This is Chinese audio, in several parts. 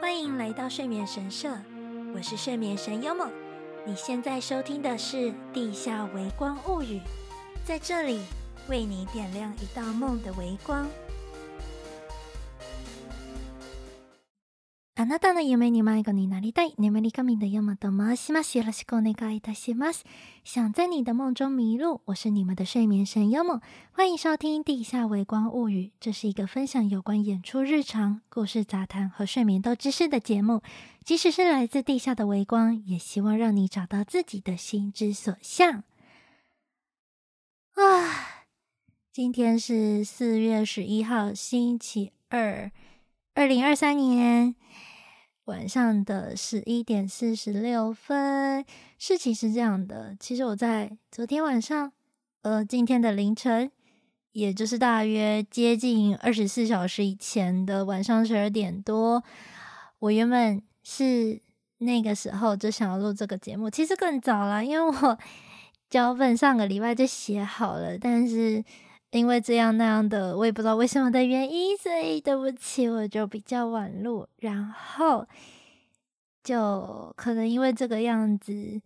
欢迎来到睡眠神社，我是睡眠神幽梦。你现在收听的是《地下微光物语》，在这里为你点亮一道梦的微光。あなたの夢に迷子になりたい眠り神的ヨモと申します。よろしくお願いいたします。想在你的梦中迷路，我是你们的睡眠神幽梦，欢迎收听《地下微光物语》。这是一个分享有关演出日常、故事杂谈和睡眠都知识的节目。即使是来自地下的微光，也希望让你找到自己的心之所向。今天是4月11号，星期二，2023年晚上的11点46分。事情是这样的，其实我在昨天晚上今天的凌晨，也就是大约接近24小时以前的晚上12点多，我原本是那个时候就想要录这个节目，其实更早啦，因为我脚本上个礼拜就写好了，但是因为这样那样的我也不知道为什么的原因，所以对不起，我就比较晚录，然后就可能因为这个样子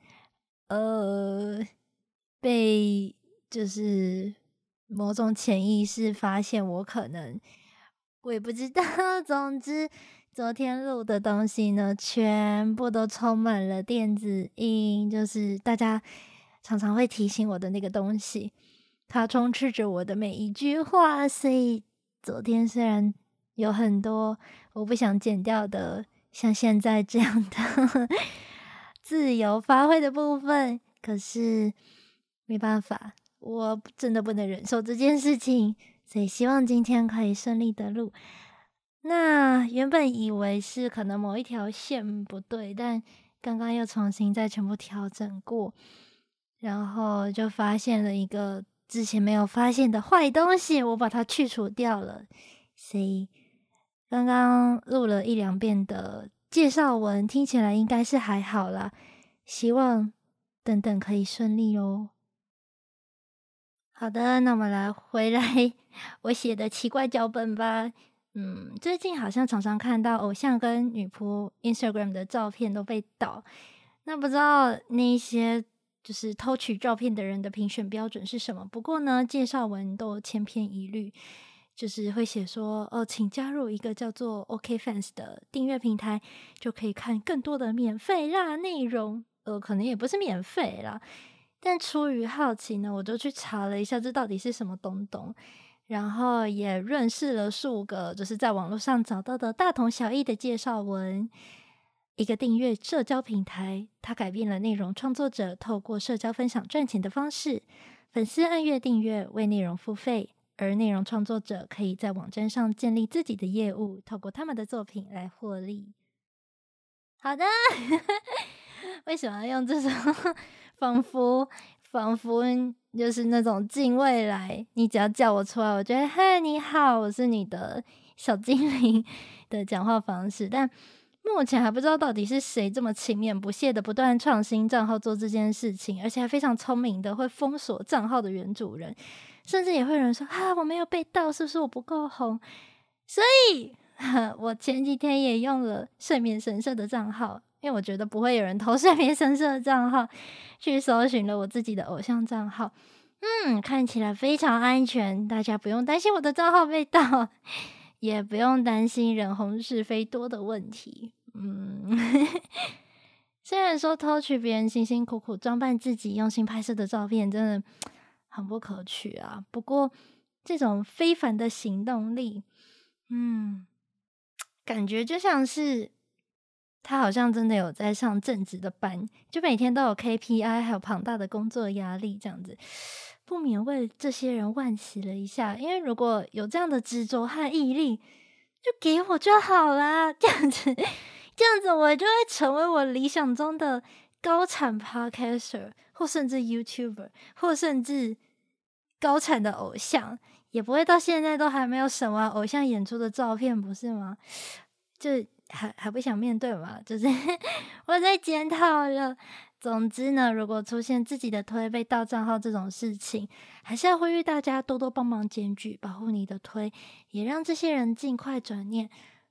被就是某种潜意识发现我可能我也不知道总之昨天录的东西呢全部都充满了电子音，就是大家常常会提醒我的那个东西，它充斥着我的每一句话，所以昨天虽然有很多我不想剪掉的像现在这样的自由发挥的部分，可是没办法，我真的不能忍受这件事情，所以希望今天可以顺利的录。那原本以为是可能某一条线不对，但刚刚又重新再全部调整过，然后就发现了一个之前没有发现的坏东西，我把它去除掉了，所以刚刚录了1-2遍的介绍文，听起来应该是还好啦，希望等等可以顺利哦。好的，那我们来回来我写的奇怪脚本吧。最近好像常常看到偶像跟女仆 Instagram 的照片都被盗，那不知道那一些就是偷取照片的人的评选标准是什么？不过呢，介绍文都千篇一律，就是会写说请加入一个叫做 OKFans 的订阅平台，就可以看更多的免费辣内容。可能也不是免费啦，但出于好奇呢，我就去查了一下这到底是什么东东，然后也认识了数个就是在网络上找到的大同小异的介绍文。一个订阅社交平台，它改变了内容创作者透过社交分享赚钱的方式，粉丝按月订阅为内容付费，而内容创作者可以在网站上建立自己的业务，透过他们的作品来获利。好的为什么要用这种仿佛就是那种近未来，你只要叫我出来，我觉得嗨你好，我是你的小精灵的讲话方式，但目前还不知道到底是谁这么勤勉不懈的不断创新账号做这件事情，而且还非常聪明的会封锁账号的原主人，甚至也会有人说我没有被盗，是不是我不够红？所以我前几天也用了睡眠神社的账号，因为我觉得不会有人投睡眠神社的账号，去搜寻了我自己的偶像账号。看起来非常安全，大家不用担心我的账号被盗，也不用担心人红是非多的问题。虽然说偷取别人辛辛苦苦装扮自己用心拍摄的照片真的很不可取啊，不过这种非凡的行动力感觉就像是他好像真的有在上正职的班，就每天都有 KPI 还有庞大的工作压力这样子，不免为这些人惋惜了一下，因为如果有这样的执着和毅力就给我就好啦，这样子我就会成为我理想中的高产 podcaster 或甚至 YouTuber 或甚至高产的偶像，也不会到现在都还没有审完偶像演出的照片，不是吗？就还不想面对嘛，就是我在检讨了。总之呢，如果出现自己的推被盗账号这种事情，还是要呼吁大家多多帮忙检举，保护你的推，也让这些人尽快转念。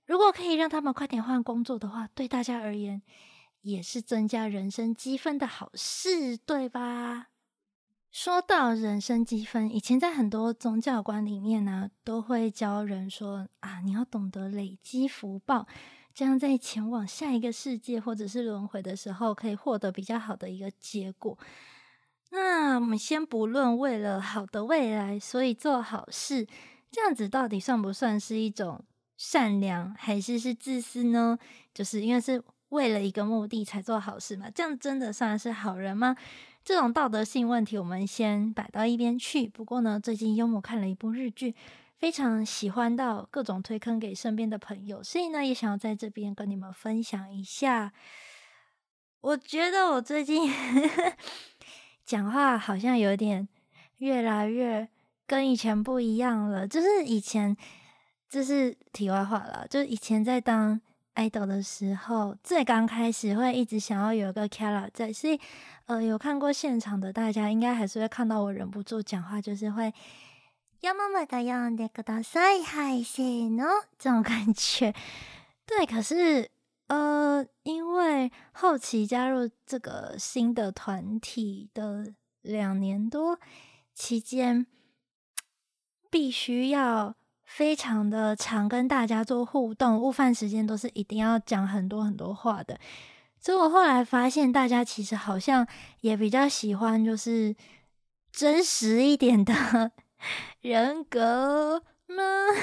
如果可以让他们快点换工作的话，对大家而言也是增加人生积分的好事，对吧？说到人生积分，以前在很多宗教观里面呢，都会教人说啊，你要懂得累积福报，这样在前往下一个世界或者是轮回的时候，可以获得比较好的一个结果。那我们先不论为了好的未来，所以做好事，这样子到底算不算是一种善良，还是自私呢？就是因为是为了一个目的才做好事嘛，这样真的算是好人吗？这种道德性问题我们先摆到一边去。不过呢，最近幽默看了一部日剧，非常喜欢到各种推坑给身边的朋友，所以呢，也想要在这边跟你们分享一下。我觉得我最近讲话好像有点越来越跟以前不一样了。就是以前，这是题外话啦，就是以前在当idol 的时候，最刚开始会一直想要有一个 Kara 在，所以有看过现场的大家应该还是会看到我忍不住讲话，就是会要么么的読んでください，はいせーの这种感觉。对，可是因为后期加入这个新的团体的2年多期间，必须要非常的常跟大家做互动，午饭时间都是一定要讲很多很多话的。所以我后来发现，大家其实好像也比较喜欢就是真实一点的人格吗？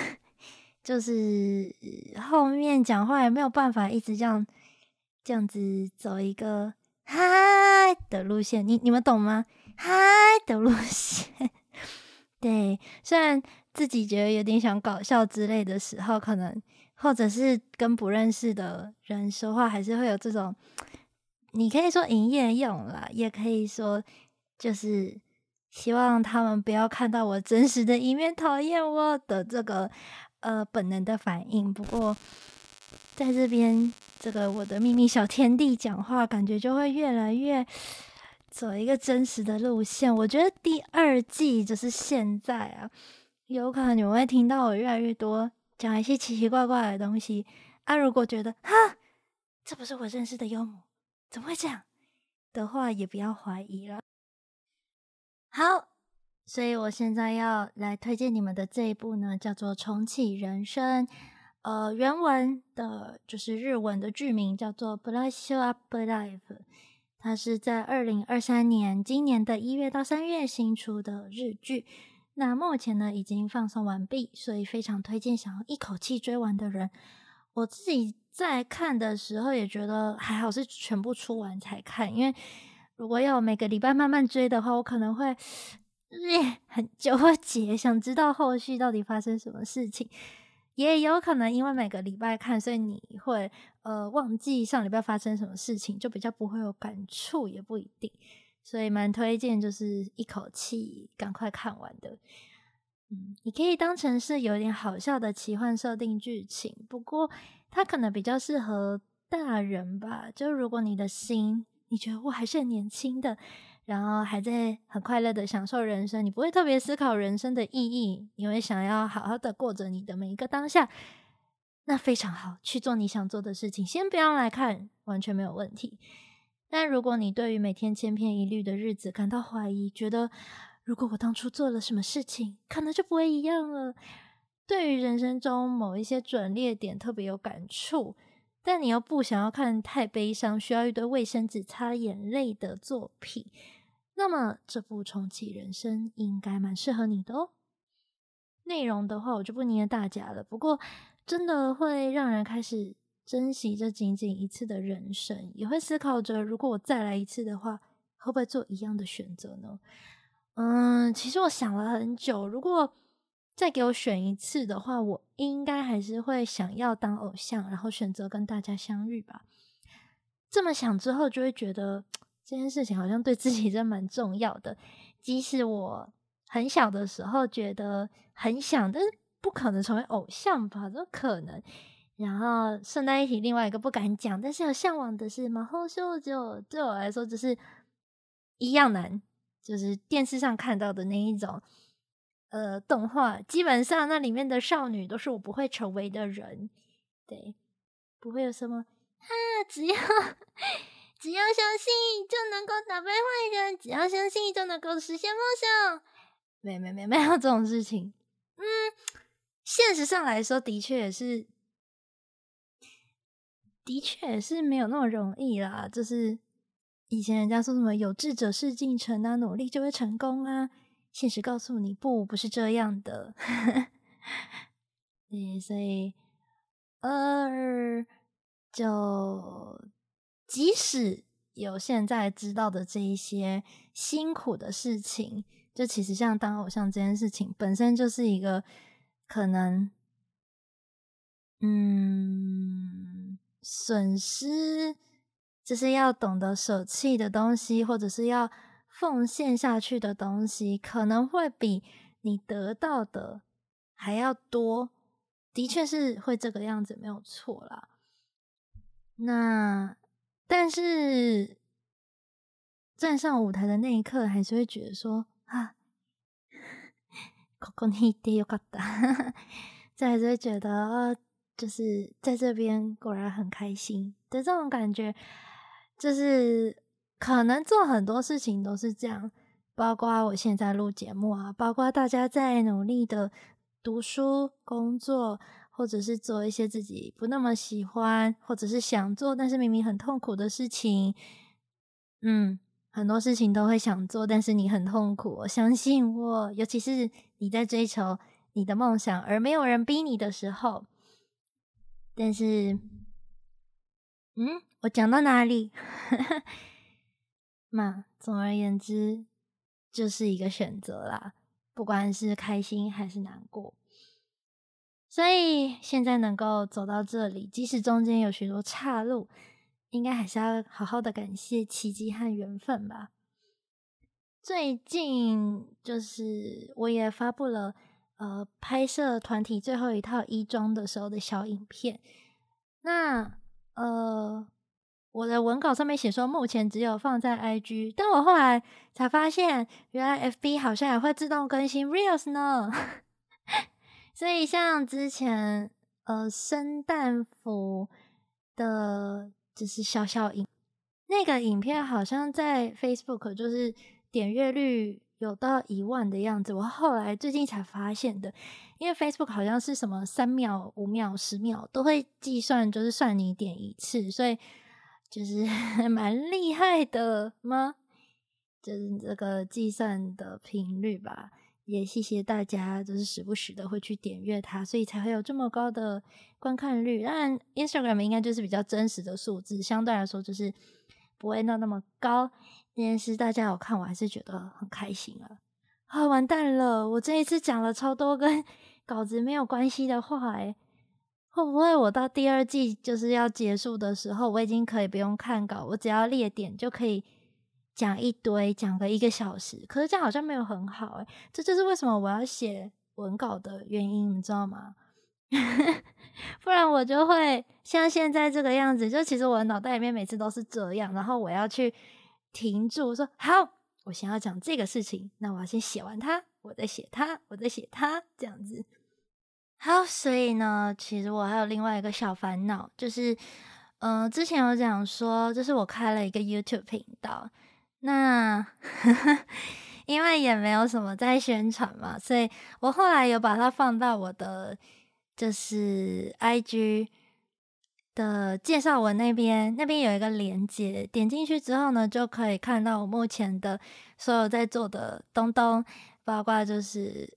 就是后面讲话也没有办法一直这样子走一个嗨的路线，你们懂吗？嗨的路线，对，虽然自己觉得有点想搞笑之类的时候，可能或者是跟不认识的人说话，还是会有这种，你可以说营业用啦，也可以说就是希望他们不要看到我真实的一面，讨厌我的这个本能的反应。不过在这边这个我的秘密小天地讲话，感觉就会越来越走一个真实的路线。我觉得第2季就是现在啊，有可能你们会听到我越来越多讲一些奇奇怪怪的东西啊。如果觉得哈，这不是我认识的幽默，怎么会这样的话，也不要怀疑了。好，所以我现在要来推荐你们的这一部呢，叫做《重启人生》。原文的就是日文的剧名叫做《Brush Up Life》，它是在2023年今年的1月到3月新出的日剧。那目前呢已经放送完毕，所以非常推荐想要一口气追完的人。我自己在看的时候也觉得还好是全部出完才看，因为如果要每个礼拜慢慢追的话，我可能会很纠结，想知道后续到底发生什么事情。也有可能因为每个礼拜看，所以你会忘记上礼拜发生什么事情，就比较不会有感触，也不一定。所以蛮推荐就是一口气赶快看完的。你可以当成是有点好笑的奇幻设定剧情，不过它可能比较适合大人吧。就如果你的心，你觉得我还是很年轻的，然后还在很快乐的享受人生，你不会特别思考人生的意义，你会想要好好的过着你的每一个当下，那非常好，去做你想做的事情，先不要来看，完全没有问题。但如果你对于每天千篇一律的日子感到怀疑，觉得如果我当初做了什么事情，可能就不会一样了，对于人生中某一些转捩点特别有感触，但你又不想要看太悲伤，需要一堆卫生纸擦眼泪的作品，那么这部重启人生应该蛮适合你的哦。内容的话我就不念大家了，不过真的会让人开始珍惜这仅仅一次的人生，也会思考着如果我再来一次的话，会不会做一样的选择呢？其实我想了很久，如果再给我选一次的话，我应该还是会想要当偶像，然后选择跟大家相遇吧。这么想之后，就会觉得这件事情好像对自己真蛮重要的。即使我很小的时候觉得很想，但是不可能成为偶像吧？怎么可能？然后顺带一提，另外一个不敢讲，但是有向往的是马后秀就对我来说就是一样难，就是电视上看到的那一种动画，基本上那里面的少女都是我不会成为的人。 对，不会有什么只要只要相信就能够打败坏人，只要相信就能够实现梦想。没有这种事情。现实上来说，的确也是没有那么容易啦。就是以前人家说什么有志者事竟成啊，努力就会成功啊。现实告诉你，不是这样的。对，所以就即使有现在知道的这一些辛苦的事情，就其实像当偶像这件事情本身就是一个可能损失，就是要懂得舍弃的东西，或者是要奉献下去的东西，可能会比你得到的还要多。的确是会这个样子，没有错啦。但是站上舞台的那一刻，还是会觉得说ここにいてよかった。这还是会觉得就是在这边果然很开心的这种感觉。就是可能做很多事情都是这样，包括我现在录节目啊，包括大家在努力的读书、工作，或者是做一些自己不那么喜欢，或者是想做但是明明很痛苦的事情。很多事情都会想做，但是你很痛苦，相信我，尤其是你在追求你的梦想，而没有人逼你的时候。但是我讲到哪里？总而言之，就是一个选择啦，不管是开心还是难过。所以现在能够走到这里，即使中间有许多岔路，应该还是要好好的感谢奇迹和缘分吧。最近就是我也发布了拍摄团体最后一套衣装的时候的小影片。那我的文稿上面写说目前只有放在 IG， 但我后来才发现原来 FB 好像也会自动更新 Reels 呢。所以像之前圣诞服的就是小那个影片好像在 Facebook 就是点阅率有到1万的样子，我后来最近才发现的。因为 Facebook 好像是什么3秒、5秒、10秒都会计算，就是算你点一次，所以就是蛮厉害的吗？就是这个计算的频率吧。也谢谢大家，就是时不时的会去点阅它，所以才会有这么高的观看率。当然 Instagram 应该就是比较真实的数字，相对来说就是不会那么高。但是大家有看，我还是觉得很开心啊。完蛋了，我这一次讲了超多跟稿子没有关系的话会不会我到第2季就是要结束的时候，我已经可以不用看稿，我只要列点就可以讲一堆，讲个1个小时。可是这样好像没有很好这就是为什么我要写文稿的原因，你知道吗？不然我就会像现在这个样子，就其实我的脑袋里面每次都是这样，然后我要去停住说好，我想要讲这个事情，那我要先写完它，我再写它，我再写它，这样子。好，所以呢，其实我还有另外一个小烦恼，就是之前有讲说，就是我开了一个 YouTube 频道，那因为也没有什么在宣传嘛，所以我后来有把它放到我的就是 IG 的介绍文那边有一个连结，点进去之后呢，就可以看到我目前的所有在做的东东，包括就是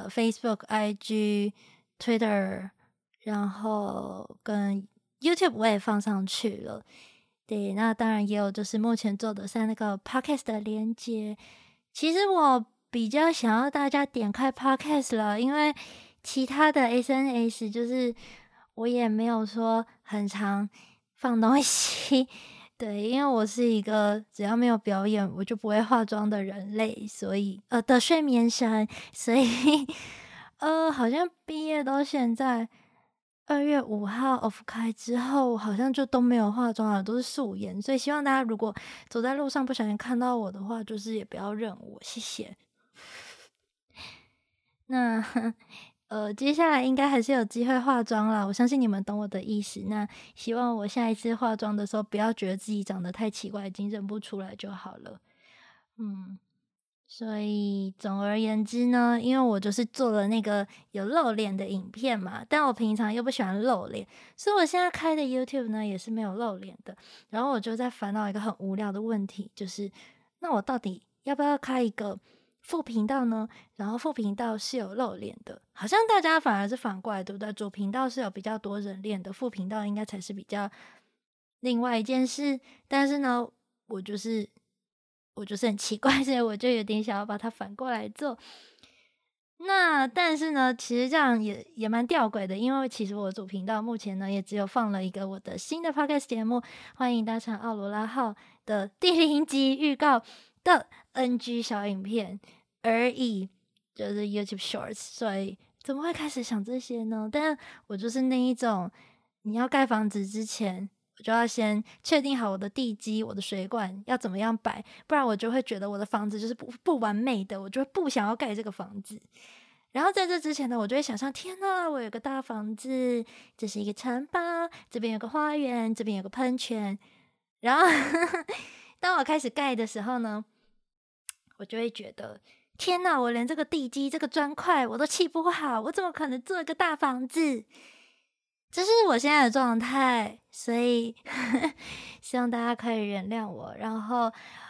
Facebook、IG、Twitter，然后跟 YouTube 我也放上去了。对，那当然也有就是目前做的像那个 Podcast 的连接。其实我比较想要大家点开 Podcast 了，因为其他的 SNS 就是我也没有说很常放东西。对，因为我是一个只要没有表演我就不会化妆的人类，所以的睡眠神，所以好像毕业到现在2月5号 off 开之后，好像就都没有化妆了，都是素颜。所以希望大家如果走在路上不小心看到我的话，就是也不要认我，谢谢。那接下来应该还是有机会化妆啦，我相信你们懂我的意思。那希望我下一次化妆的时候，不要觉得自己长得太奇怪，已经认不出来就好了。所以总而言之呢，因为我就是做了那个有露脸的影片嘛，但我平常又不喜欢露脸，所以我现在开的 YouTube 呢也是没有露脸的。然后我就在烦恼一个很无聊的问题，就是那我到底要不要开一个副频道呢？然后副频道是有露脸的，好像大家反而是反过来，对不对？主频道是有比较多人脸的，副频道应该才是比较另外一件事。但是呢，我就是很奇怪，所以我就有点想要把它反过来做。那但是呢，其实这样也蛮吊诡的，因为其实我主频道目前呢也只有放了一个我的新的 podcast 节目，欢迎搭乘奥罗拉号的第0集预告的 NG 小影片而已，就是 YouTube Shorts。所以怎么会开始想这些呢？但我就是那一种，你要盖房子之前，我就要先确定好我的地基、我的水管要怎么样摆，不然我就会觉得我的房子就是不完美的，我就会不想要盖这个房子。然后在这之前呢，我就会想象，天哪，我有个大房子，这是一个城堡，这边有个花园，这边有个喷泉。然后当我开始盖的时候呢，我就会觉得，天哪，我连这个地基、这个砖块我都砌不好，我怎么可能做一个大房子？这是我现在的状态，所以希望大家可以原谅我。然后，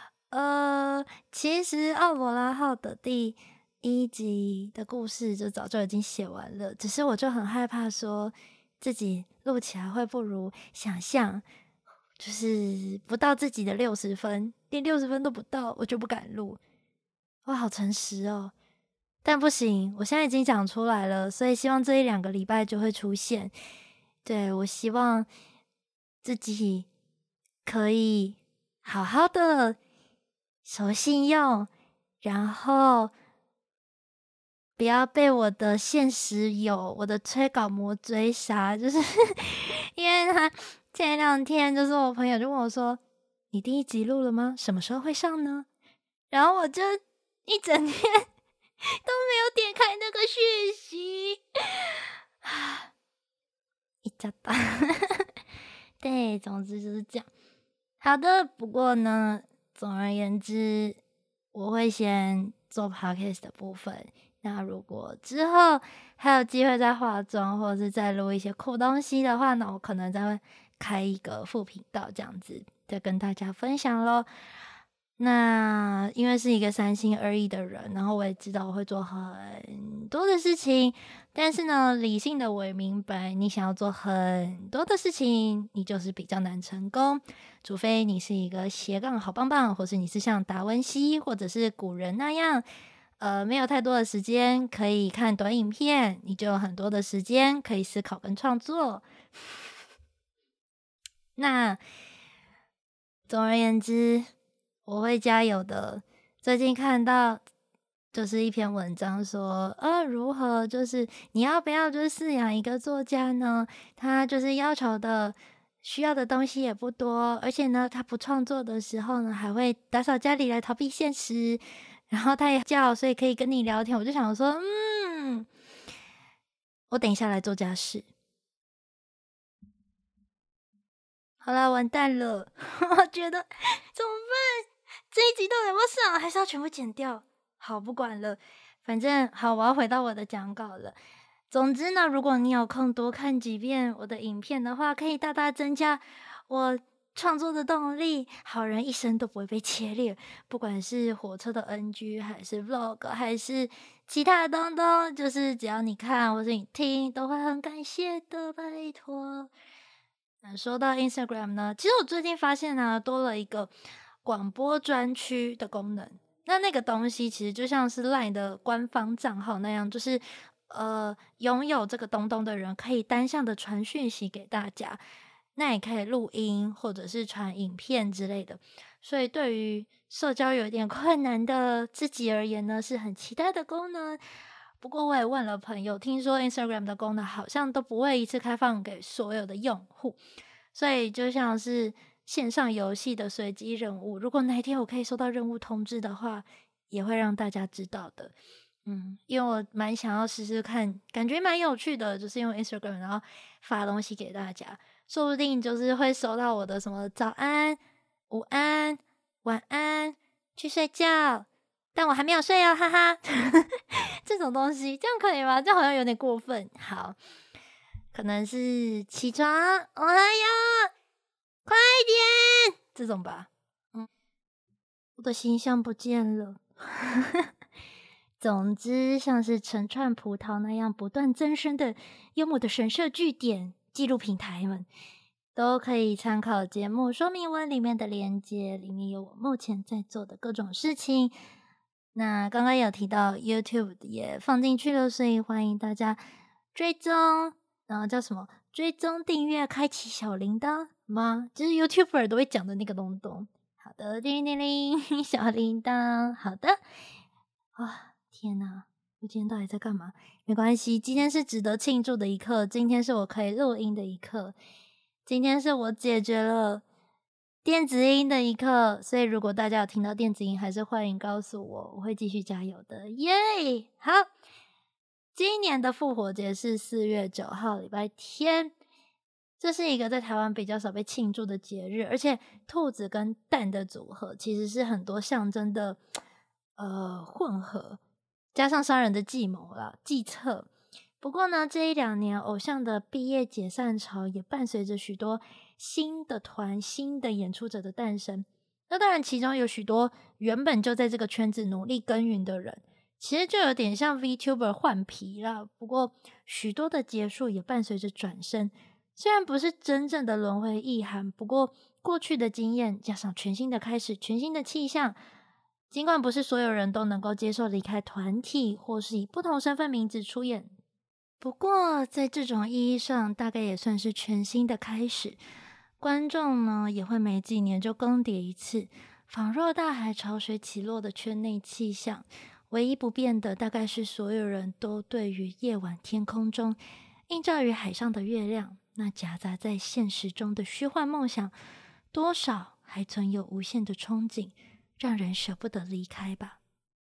其实奥罗拉号的第1集的故事就早就已经写完了，只是我就很害怕说自己录起来会不如想象，就是不到自己的60分，连60分都不到，我就不敢录。哇，好诚实哦！但不行，我现在已经讲出来了，所以希望这1-2个礼拜就会出现。对，我希望自己可以好好的守信用，然后不要被我的现实我的催稿魔追杀。就是因为他前2天，就是我朋友就问我说：“你第1集录了吗？什么时候会上呢？”然后我就一整天都没有点开那个讯息。一家大对，总之就是这样。好的，不过呢，总而言之，我会先做 podcast 的部分。那如果之后还有机会再化妆，或者是再录一些酷东西的话呢，我可能再会开一个副频道，这样子再跟大家分享咯。那因为是一个3心2意的人，然后我也知道我会做很多的事情，但是呢，理性的我也明白，你想要做很多的事情，你就是比较难成功，除非你是一个斜杠好棒棒，或是你是像达文西或者是古人那样，没有太多的时间可以看短影片，你就有很多的时间可以思考跟创作。那总而言之，我会加油的。最近看到就是一篇文章说，如何就是你要不要就是饲养一个作家呢？他就是要求的需要的东西也不多，而且呢，他不创作的时候呢，还会打扫家里来逃避现实。然后他也叫，所以可以跟你聊天。我就想说，我等一下来做家事。好啦，完蛋了，我觉得怎么办？这1集到底要不要上，还是要全部剪掉？好，不管了，反正好，我要回到我的讲稿了。总之呢，如果你有空多看几遍我的影片的话，可以大大增加我创作的动力。好人一生都不会被切裂，不管是火车的 NG 还是 Vlog 还是其他的东东，就是只要你看或是你听，都会很感谢的，拜托。说到 Instagram 呢，其实我最近发现呢，多了一个广播专区的功能。那个东西其实就像是 LINE 的官方账号那样，就是拥有这个东东的人可以单向的传讯息给大家，那也可以录音或者是传影片之类的。所以对于社交有点困难的自己而言呢，是很期待的功能。不过我也问了朋友，听说 Instagram 的功能好像都不会一次开放给所有的用户，所以就像是线上游戏的随机任务，如果哪一天我可以收到任务通知的话，也会让大家知道的。 因为我蛮想要试试看，感觉蛮有趣的，就是用 Instagram 然后发东西给大家，说不定就是会收到我的什么早安、午安、晚安、去睡觉，但我还没有睡哦，哈哈，这种东西，这样可以吗？这样好像有点过分。好，可能是起床，我还要快点这种吧。我的形象不见了。总之，像是成串葡萄那样不断增生的幽默的神社据点记录平台们，都可以参考节目说明文里面的连接，里面有我目前在做的各种事情。那刚刚有提到 YouTube 也放进去了，所以欢迎大家追踪，然后叫什么？追踪、订阅、开启小铃铛吗？就是 YouTuber 都会讲的那个东东。好的，叮铃铃铃，小铃铛。好的，天哪，我今天到底在干嘛？没关系，今天是值得庆祝的一刻，今天是我可以录音的一刻，今天是我解决了电子音的一刻，所以如果大家有听到电子音，还是欢迎告诉我，我会继续加油的，耶！好，今年的复活节是4月9号，礼拜天。这是一个在台湾比较少被庆祝的节日，而且兔子跟蛋的组合其实是很多象征的混合，加上商人的计谋啦、计策。不过呢，这1-2年偶像的毕业解散潮也伴随着许多新的团、新的演出者的诞生。那当然，其中有许多原本就在这个圈子努力耕耘的人，其实就有点像 VTuber 换皮啦。不过，许多的结束也伴随着转身。虽然不是真正的轮回意涵，不过过去的经验加上全新的开始、全新的气象，尽管不是所有人都能够接受离开团体，或是以不同身份名字出演，不过在这种意义上，大概也算是全新的开始。观众呢，也会每几年就更迭一次，仿若大海潮水起落的圈内气象。唯一不变的，大概是所有人都对于夜晚天空中映照于海上的月亮，那夹杂在现实中的虚幻梦想，多少还存有无限的憧憬，让人舍不得离开吧。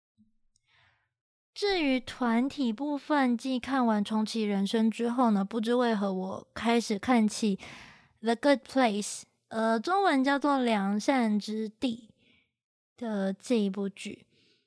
至于团体部分，继看完重启人生之后呢，不知为何我开始看起《The Good Place》，中文叫做《良善之地》的这一部剧。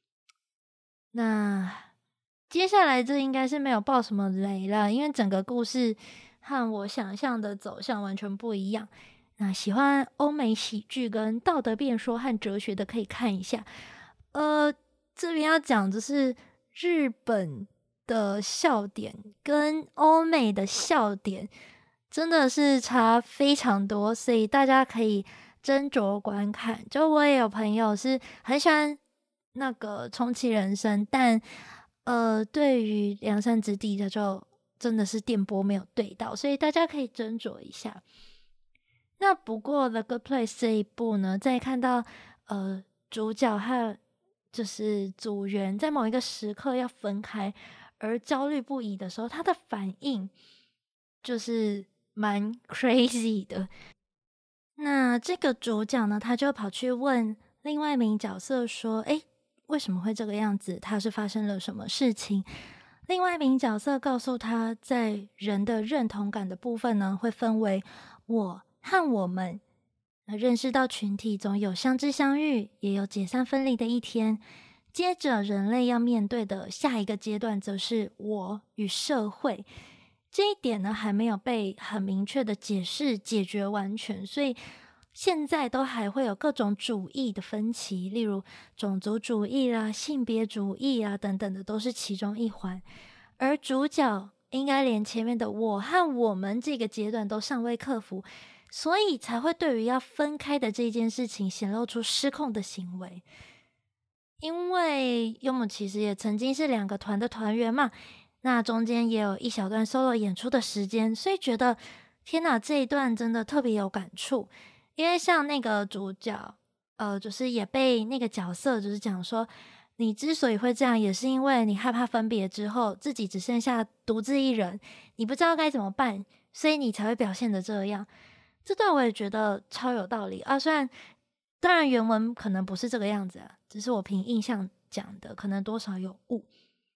那接下来这应该是没有爆什么雷了，因为整个故事和我想象的走向完全不一样。那喜欢欧美喜剧跟道德辩说和哲学的可以看一下。这边要讲就是日本的笑点跟欧美的笑点真的是差非常多，所以大家可以斟酌观看。就我也有朋友是很喜欢那个重启人生，但对于良善之地，他就真的是电波没有对到，所以大家可以斟酌一下。那不过《The Good Place》这一部呢，在看到主角和就是组员在某一个时刻要分开而焦虑不已的时候，他的反应就是蛮 crazy 的。那这个主角呢，他就跑去问另外一名角色说：诶，为什么会这个样子？他是发生了什么事情？另外一名角色告诉他，在人的认同感的部分呢，会分为我和我们。认识到群体总有相知相遇，也有解散分离的一天。接着，人类要面对的下一个阶段，则是我与社会。这一点呢，还没有被很明确的解释解决完全，所以现在都还会有各种主义的分歧，例如种族主义啦、性别主义啊等等的，都是其中一环。而主角应该连前面的我和我们这个阶段都尚未克服，所以才会对于要分开的这件事情显露出失控的行为。因为幽默其实也曾经是2个团的团员嘛，那中间也有一小段 solo 演出的时间，所以觉得天哪，这一段真的特别有感触。因为像那个主角，就是也被那个角色就是讲说，你之所以会这样，也是因为你害怕分别之后自己只剩下独自一人，你不知道该怎么办，所以你才会表现得这样。这段我也觉得超有道理啊，虽然当然原文可能不是这个样子啊，只是我凭印象讲的，可能多少有误。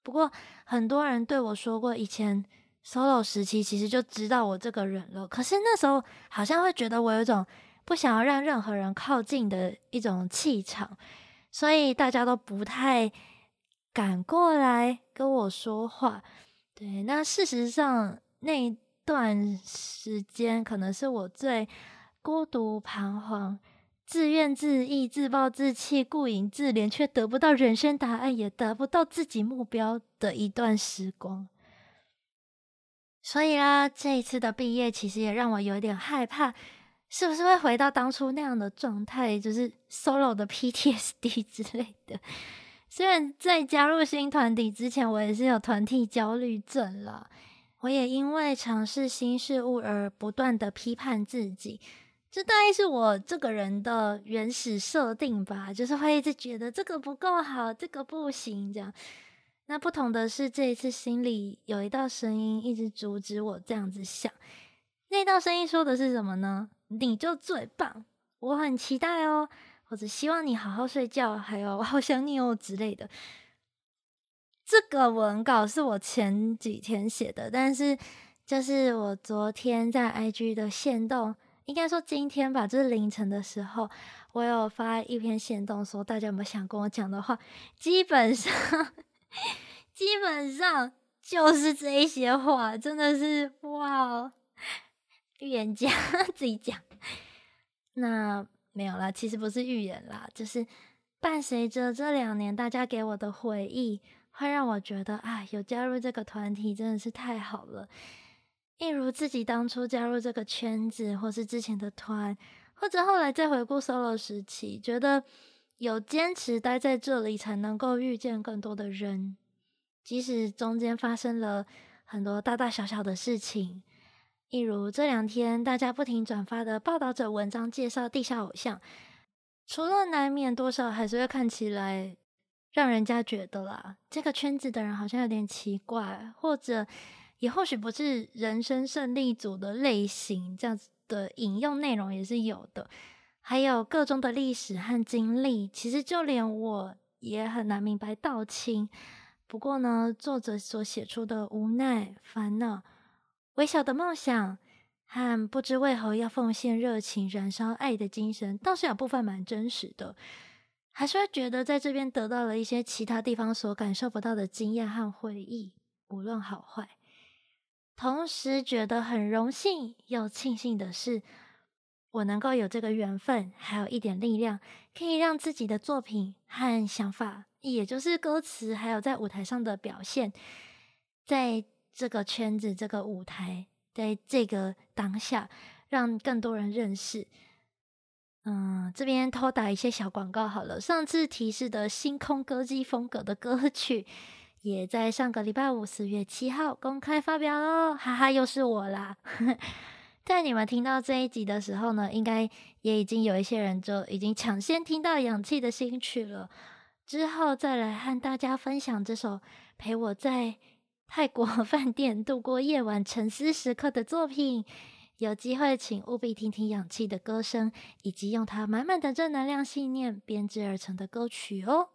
不过很多人对我说过，以前 solo 时期其实就知道我这个人了，可是那时候好像会觉得我有一种不想要让任何人靠近的一种气场，所以大家都不太敢过来跟我说话。对，那事实上那一段时间可能是我最孤独彷徨、自怨自艾、自暴自弃、顾影自怜，却得不到人生答案，也得不到自己目标的一段时光。所以啦，这一次的毕业其实也让我有点害怕，是不是会回到当初那样的状态，就是 solo 的 PTSD 之类的。虽然在加入新团体之前，我也是有团体焦虑症啦，我也因为尝试新事物而不断的批判自己，这大概是我这个人的原始设定吧，就是会一直觉得这个不够好，这个不行，这样。那不同的是，这一次心里有一道声音一直阻止我这样子想。那道声音说的是什么呢？你就最棒，我很期待哦，或者希望你好好睡觉，还有我好想你哦之类的。这个文稿是我前几天写的，但是就是我昨天在 IG 的限动，应该说今天吧，就是凌晨的时候，我有发一篇限动，说大家有没有想跟我讲的话，基本上基本上就是这一些话，真的是哇哦，预言家自己讲。那没有啦，其实不是预言啦，就是伴随着这2年大家给我的回忆，会让我觉得啊，有加入这个团体真的是太好了。一如自己当初加入这个圈子，或是之前的团，或者后来再回顾 solo 时期，觉得有坚持待在这里，才能够遇见更多的人。即使中间发生了很多大大小小的事情，例如这2天大家不停转发的报道者文章介绍地下偶像，除了难免多少还是会看起来让人家觉得啦，这个圈子的人好像有点奇怪，或者也或许不是人生胜利组的类型，这样子的引用内容也是有的。还有各中的历史和经历，其实就连我也很难明白道清。不过呢，作者所写出的无奈、烦恼、微小的梦想和不知为何要奉献热情、燃烧爱的精神，倒是有部分蛮真实的。还是会觉得在这边得到了一些其他地方所感受不到的经验和回忆，无论好坏。同时觉得很荣幸又庆幸的是，我能够有这个缘分，还有一点力量，可以让自己的作品和想法，也就是歌词，还有在舞台上的表现，在这个圈子、这个舞台，在这个当下，让更多人认识。这边偷打一些小广告好了。上次提示的星空歌姬风格的歌曲，也在上个礼拜五4月7号公开发表咯，哈哈，又是我啦。在你们听到这一集的时候呢，应该也已经有一些人就已经抢先听到氧气的新曲了。之后再来和大家分享这首陪我在泰国饭店度过夜晚沉思时刻的作品。有机会请务必听听氧气的歌声，以及用它满满的正能量信念编织而成的歌曲哦。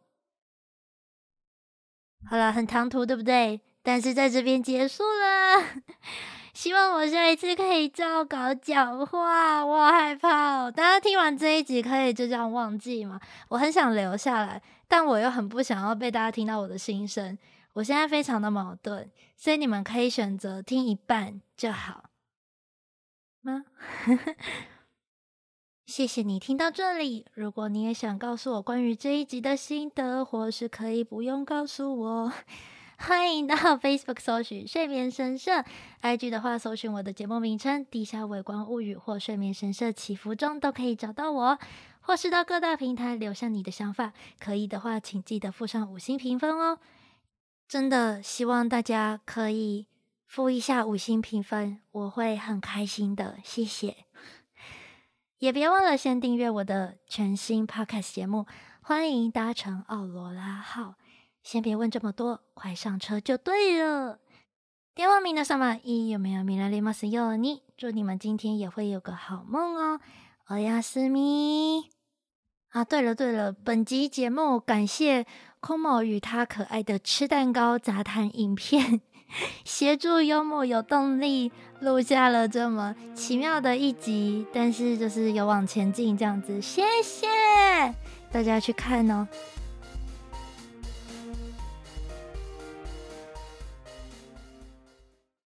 好了，很唐突对不对？但是在这边结束了。希望我下一次可以照稿讲话，我好害怕哦。大家听完这一集可以就这样忘记吗？我很想留下来，但我又很不想要被大家听到我的心声。我现在非常的矛盾，所以你们可以选择听一半就好吗？谢谢你听到这里。如果你也想告诉我关于这一集的心得，或是可以不用告诉我，欢迎到 Facebook 搜寻睡眠神社 ，IG 的话搜寻我的节目名称《地下微光物语》或睡眠神社祈福中都可以找到我，或是到各大平台留下你的想法。可以的话，请记得附上5星评分哦。真的希望大家可以附一下5星评分，我会很开心的，谢谢。也别忘了先订阅我的全新 Podcast 节目，欢迎搭乘奥罗拉号。先别问这么多，快上车就对了。では皆様、いい夢を見られますように。祝你们今天也会有个好梦哦。おやすみ。啊，对了，本集节目感谢空某与他可爱的吃蛋糕杂谈影片，协助幽默有动力录下了这么奇妙的一集，但是就是有往前进这样子，谢谢大家去看哦。